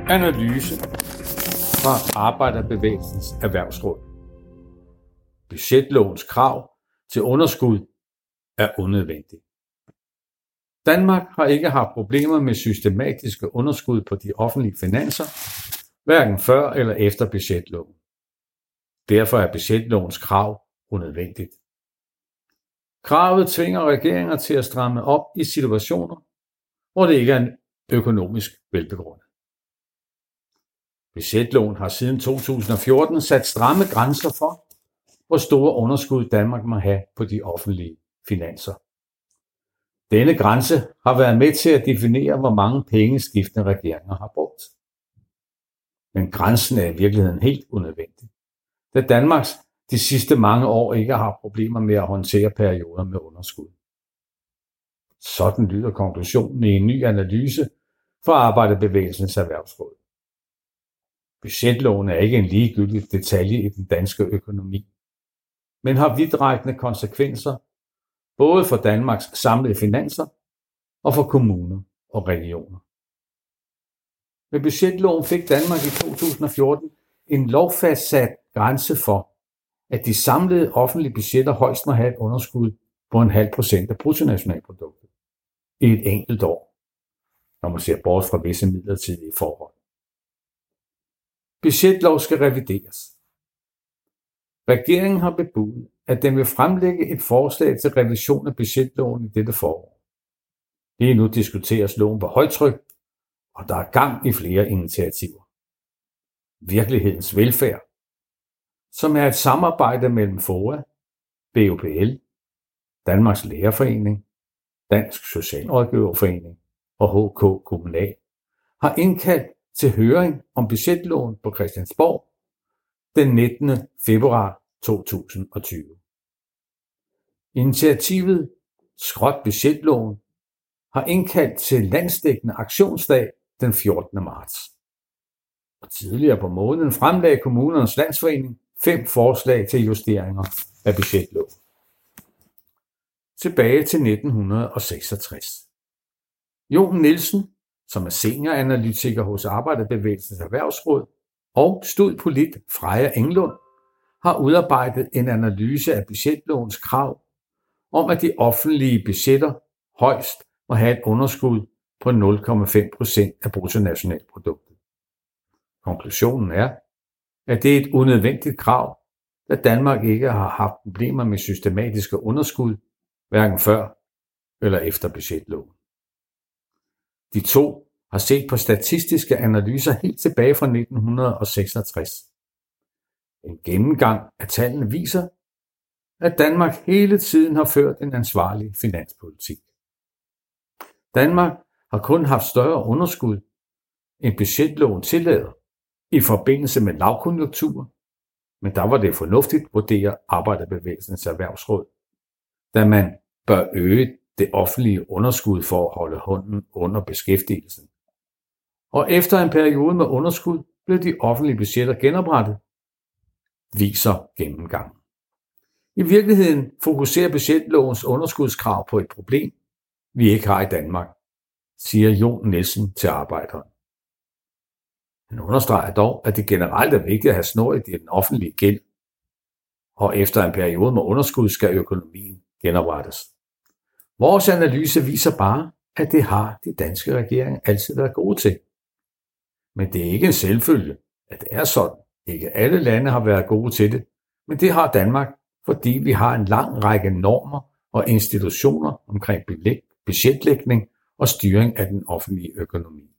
Analyse fra Arbejderbevægelsens Erhvervsråd. Budgetlovens krav til underskud er unødvendigt. Danmark har ikke haft problemer med systematiske underskud på de offentlige finanser, hverken før eller efter budgetloven. Derfor er budgetlovens krav unødvendigt. Kravet tvinger regeringer til at stramme op i situationer, hvor det ikke er økonomisk velbegrundet. Budgetloven har siden 2014 sat stramme grænser for, hvor store underskud Danmark må have på de offentlige finanser. Denne grænse har været med til at definere, hvor mange penge skiftende regeringer har brugt. Men grænsen er i virkeligheden helt unødvendig, da Danmark de sidste mange år ikke har haft problemer med at håndtere perioder med underskud. Sådan lyder konklusionen i en ny analyse fra Arbejderbevægelsens Erhvervsråd. Budgetloven er ikke en ligegyldig detalje i den danske økonomi, men har vidtrækkende konsekvenser både for Danmarks samlede finanser og for kommuner og regioner. Med budgetloven fik Danmark i 2014 en lovfastsat grænse for, at de samlede offentlige budgetter højst må have et underskud på 0,5% af bruttonationalproduktet i et enkelt år, når man ser bort fra visse midlertidige forhold. Budgetlov skal revideres. Regeringen har bebudet, at den vil fremlægge et forslag til revision af budgetloven i dette forår. Lige nu diskuteres loven på højtryk, og der er gang i flere initiativer. Virkelighedens velfærd, som er et samarbejde mellem FOA, BUPL, Danmarks Lærerforening, Dansk Socialrådgiverforening og HK Kommunal, har indkaldt til høring om budgetloven på Christiansborg den 19. februar 2020. Initiativet Skrot budgetloven har indkaldt til landsdækkende aktionsdag den 14. marts. Og tidligere på måneden fremlagde Kommunernes Landsforening 5 forslag til justeringer af budgetloven. Tilbage til 1966. Jon Nielsen, som er senioranalytiker hos Arbejderbevægelsens Erhvervsråd, og studiepolit Freja Englund, har udarbejdet en analyse af budgetlovens krav om, at de offentlige budgetter højst må have et underskud på 0,5% af bruttonationalproduktet. Konklusionen er, at det er et unødvendigt krav, da Danmark ikke har haft problemer med systematiske underskud, hverken før eller efter budgetloven. De to har set på statistiske analyser helt tilbage fra 1966. En gennemgang af tallene viser, at Danmark hele tiden har ført en ansvarlig finanspolitik. Danmark har kun haft større underskud, end budgetloven tillader, i forbindelse med lavkonjunktur, men der var det fornuftigt, vurderer Arbejderbevægelsens Erhvervsråd, da man bør øge det offentlige underskud for at holde hånden under beskæftigelsen. Og efter en periode med underskud blev de offentlige budgetter genoprettet, viser gennemgangen. I virkeligheden fokuserer budgetlovens underskudskrav på et problem, vi ikke har i Danmark, siger Jon Nielsen til Arbejderen. Han understreger dog, at det generelt er vigtigt at have snor i den offentlige gæld, og efter en periode med underskud skal økonomien genoprettes. Vores analyse viser bare, at det har de danske regeringer altid været gode til. Men det er ikke en selvfølge, at det er sådan. Ikke alle lande har været gode til det, men det har Danmark, fordi vi har en lang række normer og institutioner omkring budgetlægning og styring af den offentlige økonomi.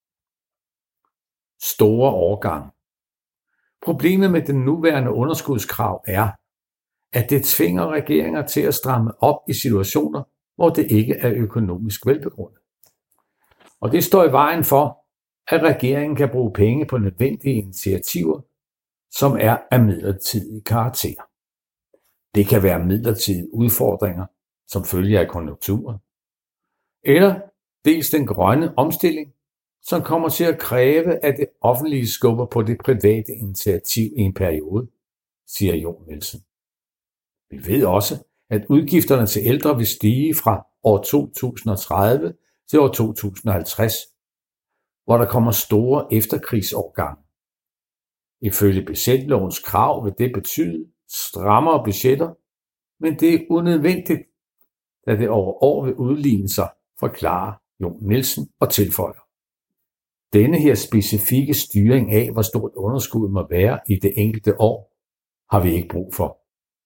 Store overgang. Problemet med den nuværende underskudskrav er, at det tvinger regeringer til at stramme op i situationer, hvor det ikke er økonomisk velbegrundet. Og det står i vejen for, at regeringen kan bruge penge på nødvendige initiativer, som er af midlertidig karakter. Det kan være midlertidige udfordringer, som følge af konjunkturen, eller dels den grønne omstilling, som kommer til at kræve, at det offentlige skubber på det private initiativ i en periode, siger Jon Nielsen. Vi ved også, at udgifterne til ældre vil stige fra år 2030 til år 2050, hvor der kommer store efterkrigsårgange. Ifølge budgetlovens krav vil det betyde strammere budgetter, men det er unødvendigt, da det over år vil udligne sig, forklarer Jon Nielsen og tilføjer. Denne her specifikke styring af, hvor stort underskud må være i det enkelte år, har vi ikke brug for.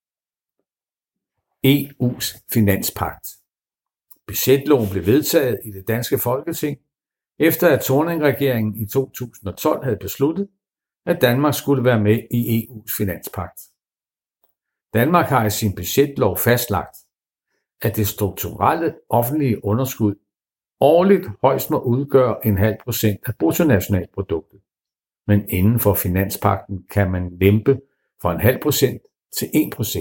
EU's finanspagt. Budgetloven blev vedtaget i det danske Folketing, efter at Thorning-regeringen i 2012 havde besluttet, at Danmark skulle være med i EU's finanspagt. Danmark har i sin budgetlov fastlagt, at det strukturelle offentlige underskud årligt højst må udgøre 0,5% af bruttonationalproduktet, men inden for finanspagten kan man lempe fra 0,5% til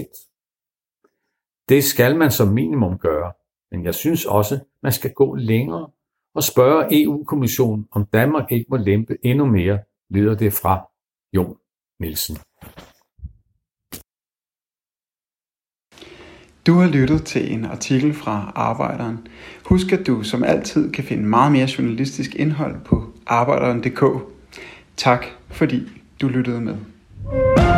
1%. Det skal man som minimum gøre, men jeg synes også, man skal gå længere og spørge EU-kommissionen, om Danmark ikke må lempe endnu mere, lyder det fra Jon Nielsen. Du har lyttet til en artikel fra Arbejderen. Husk, at du som altid kan finde meget mere journalistisk indhold på arbejderen.dk. Tak fordi du lyttede med.